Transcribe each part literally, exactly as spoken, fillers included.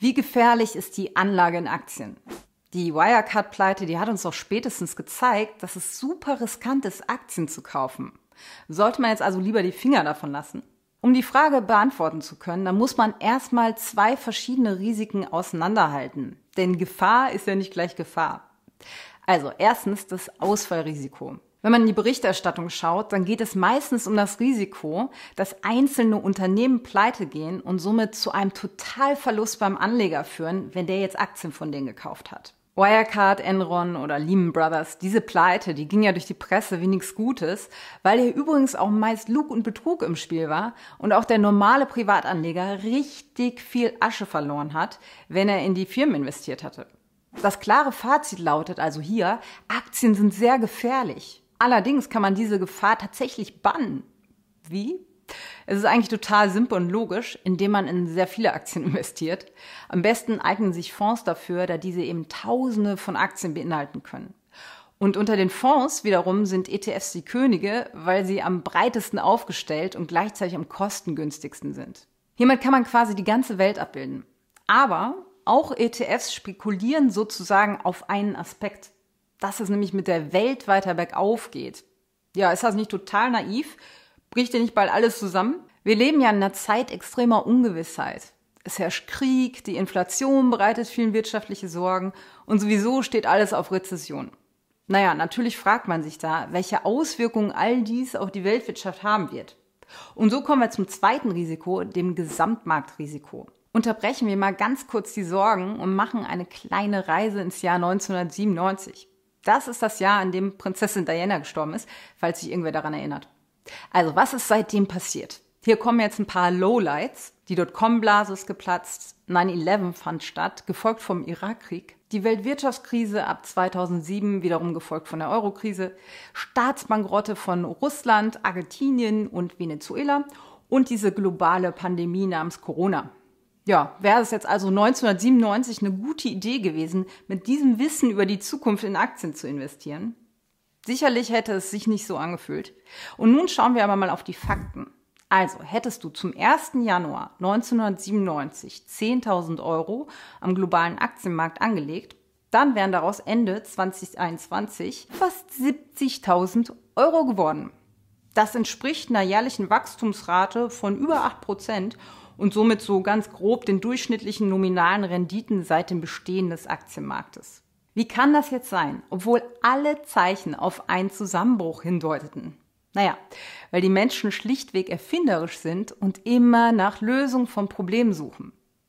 Wie gefährlich ist die Anlage in Aktien? Die Wirecard-Pleite, die hat uns doch spätestens gezeigt, dass es super riskant ist, Aktien zu kaufen. Sollte man jetzt also lieber die Finger davon lassen? Um die Frage beantworten zu können, dann muss man erstmal zwei verschiedene Risiken auseinanderhalten. Denn Gefahr ist ja nicht gleich Gefahr. Also erstens das Ausfallrisiko. Wenn man in die Berichterstattung schaut, dann geht es meistens um das Risiko, dass einzelne Unternehmen pleite gehen und somit zu einem Totalverlust beim Anleger führen, wenn der jetzt Aktien von denen gekauft hat. Wirecard, Enron oder Lehman Brothers, diese Pleite, die ging ja durch die Presse wie nichts Gutes, weil hier übrigens auch meist Lug und Betrug im Spiel war und auch der normale Privatanleger richtig viel Asche verloren hat, wenn er in die Firmen investiert hatte. Das klare Fazit lautet also hier, Aktien sind sehr gefährlich. Allerdings kann man diese Gefahr tatsächlich bannen. Wie? Es ist eigentlich total simpel und logisch, indem man in sehr viele Aktien investiert. Am besten eignen sich Fonds dafür, da diese eben Tausende von Aktien beinhalten können. Und unter den Fonds wiederum sind E T Fs die Könige, weil sie am breitesten aufgestellt und gleichzeitig am kostengünstigsten sind. Hiermit kann man quasi die ganze Welt abbilden. Aber auch E T Fs spekulieren sozusagen auf einen Aspekt, dass es nämlich mit der Welt weiter bergauf geht. Ja, ist das nicht total naiv? Bricht dir nicht bald alles zusammen? Wir leben ja in einer Zeit extremer Ungewissheit. Es herrscht Krieg, die Inflation bereitet vielen wirtschaftliche Sorgen und sowieso steht alles auf Rezession. Naja, natürlich fragt man sich da, welche Auswirkungen all dies auf die Weltwirtschaft haben wird. Und so kommen wir zum zweiten Risiko, dem Gesamtmarktrisiko. Unterbrechen wir mal ganz kurz die Sorgen und machen eine kleine Reise ins Jahr neunzehnhundertsiebenundneunzig. Das ist das Jahr, in dem Prinzessin Diana gestorben ist, falls sich irgendwer daran erinnert. Also, was ist seitdem passiert? Hier kommen jetzt ein paar Lowlights. Die Dotcom-Blase ist geplatzt, neun elf fand statt, gefolgt vom Irakkrieg. Die Weltwirtschaftskrise ab zweitausendsieben, wiederum gefolgt von der Eurokrise. Staatsbankrotte von Russland, Argentinien und Venezuela. Und diese globale Pandemie namens Corona. Ja, wäre es jetzt also neunzehnhundertsiebenundneunzig eine gute Idee gewesen, mit diesem Wissen über die Zukunft in Aktien zu investieren? Sicherlich hätte es sich nicht so angefühlt. Und nun schauen wir aber mal auf die Fakten. Also, hättest du zum ersten Januar neunzehnhundertsiebenundneunzig zehntausend Euro am globalen Aktienmarkt angelegt, dann wären daraus Ende zweitausendeinundzwanzig fast siebzigtausend Euro geworden. Das entspricht einer jährlichen Wachstumsrate von über acht Prozent und somit so ganz grob den durchschnittlichen nominalen Renditen seit dem Bestehen des Aktienmarktes. Wie kann das jetzt sein, obwohl alle Zeichen auf einen Zusammenbruch hindeuteten? Naja, weil die Menschen schlichtweg erfinderisch sind und immer nach Lösungen von Problemen suchen.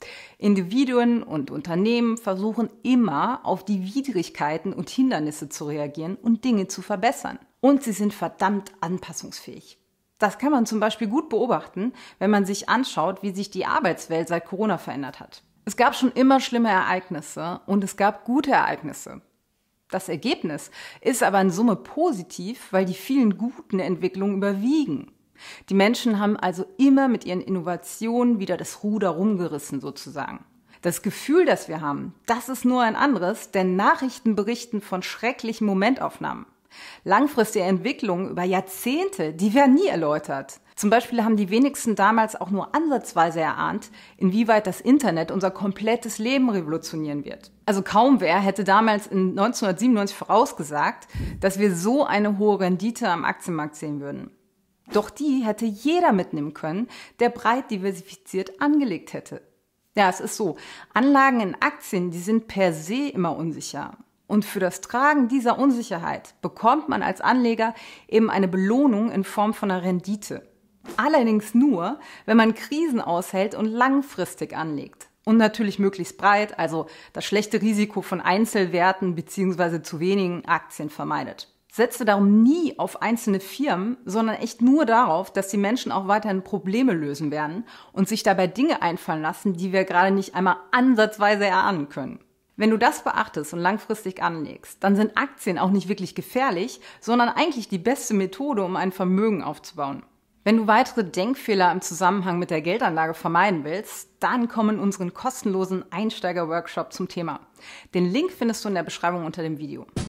Individuen und Unternehmen versuchen immer auf die Widrigkeiten und Hindernisse zu reagieren und Dinge zu verbessern. Und sie sind verdammt anpassungsfähig. Das kann man zum Beispiel gut beobachten, wenn man sich anschaut, wie sich die Arbeitswelt seit Corona verändert hat. Es gab schon immer schlimme Ereignisse und es gab gute Ereignisse. Das Ergebnis ist aber in Summe positiv, weil die vielen guten Entwicklungen überwiegen. Die Menschen haben also immer mit ihren Innovationen wieder das Ruder rumgerissen sozusagen. Das Gefühl, das wir haben, das ist nur ein anderes, denn Nachrichten berichten von schrecklichen Momentaufnahmen. Langfristige Entwicklungen über Jahrzehnte, die werden nie erläutert. Zum Beispiel haben die wenigsten damals auch nur ansatzweise erahnt, inwieweit das Internet unser komplettes Leben revolutionieren wird. Also kaum wer hätte damals in neunzehnhundertsiebenundneunzig vorausgesagt, dass wir so eine hohe Rendite am Aktienmarkt sehen würden. Doch die hätte jeder mitnehmen können, der breit diversifiziert angelegt hätte. Ja, es ist so, Anlagen in Aktien, die sind per se immer unsicher. Und für das Tragen dieser Unsicherheit bekommt man als Anleger eben eine Belohnung in Form von einer Rendite. Allerdings nur, wenn man Krisen aushält und langfristig anlegt. Und natürlich möglichst breit, also das schlechte Risiko von Einzelwerten bzw. zu wenigen Aktien vermeidet. Setze darum nie auf einzelne Firmen, sondern echt nur darauf, dass die Menschen auch weiterhin Probleme lösen werden und sich dabei Dinge einfallen lassen, die wir gerade nicht einmal ansatzweise erahnen können. Wenn du das beachtest und langfristig anlegst, dann sind Aktien auch nicht wirklich gefährlich, sondern eigentlich die beste Methode, um ein Vermögen aufzubauen. Wenn du weitere Denkfehler im Zusammenhang mit der Geldanlage vermeiden willst, dann komm in unseren kostenlosen Einsteiger-Workshop zum Thema. Den Link findest du in der Beschreibung unter dem Video.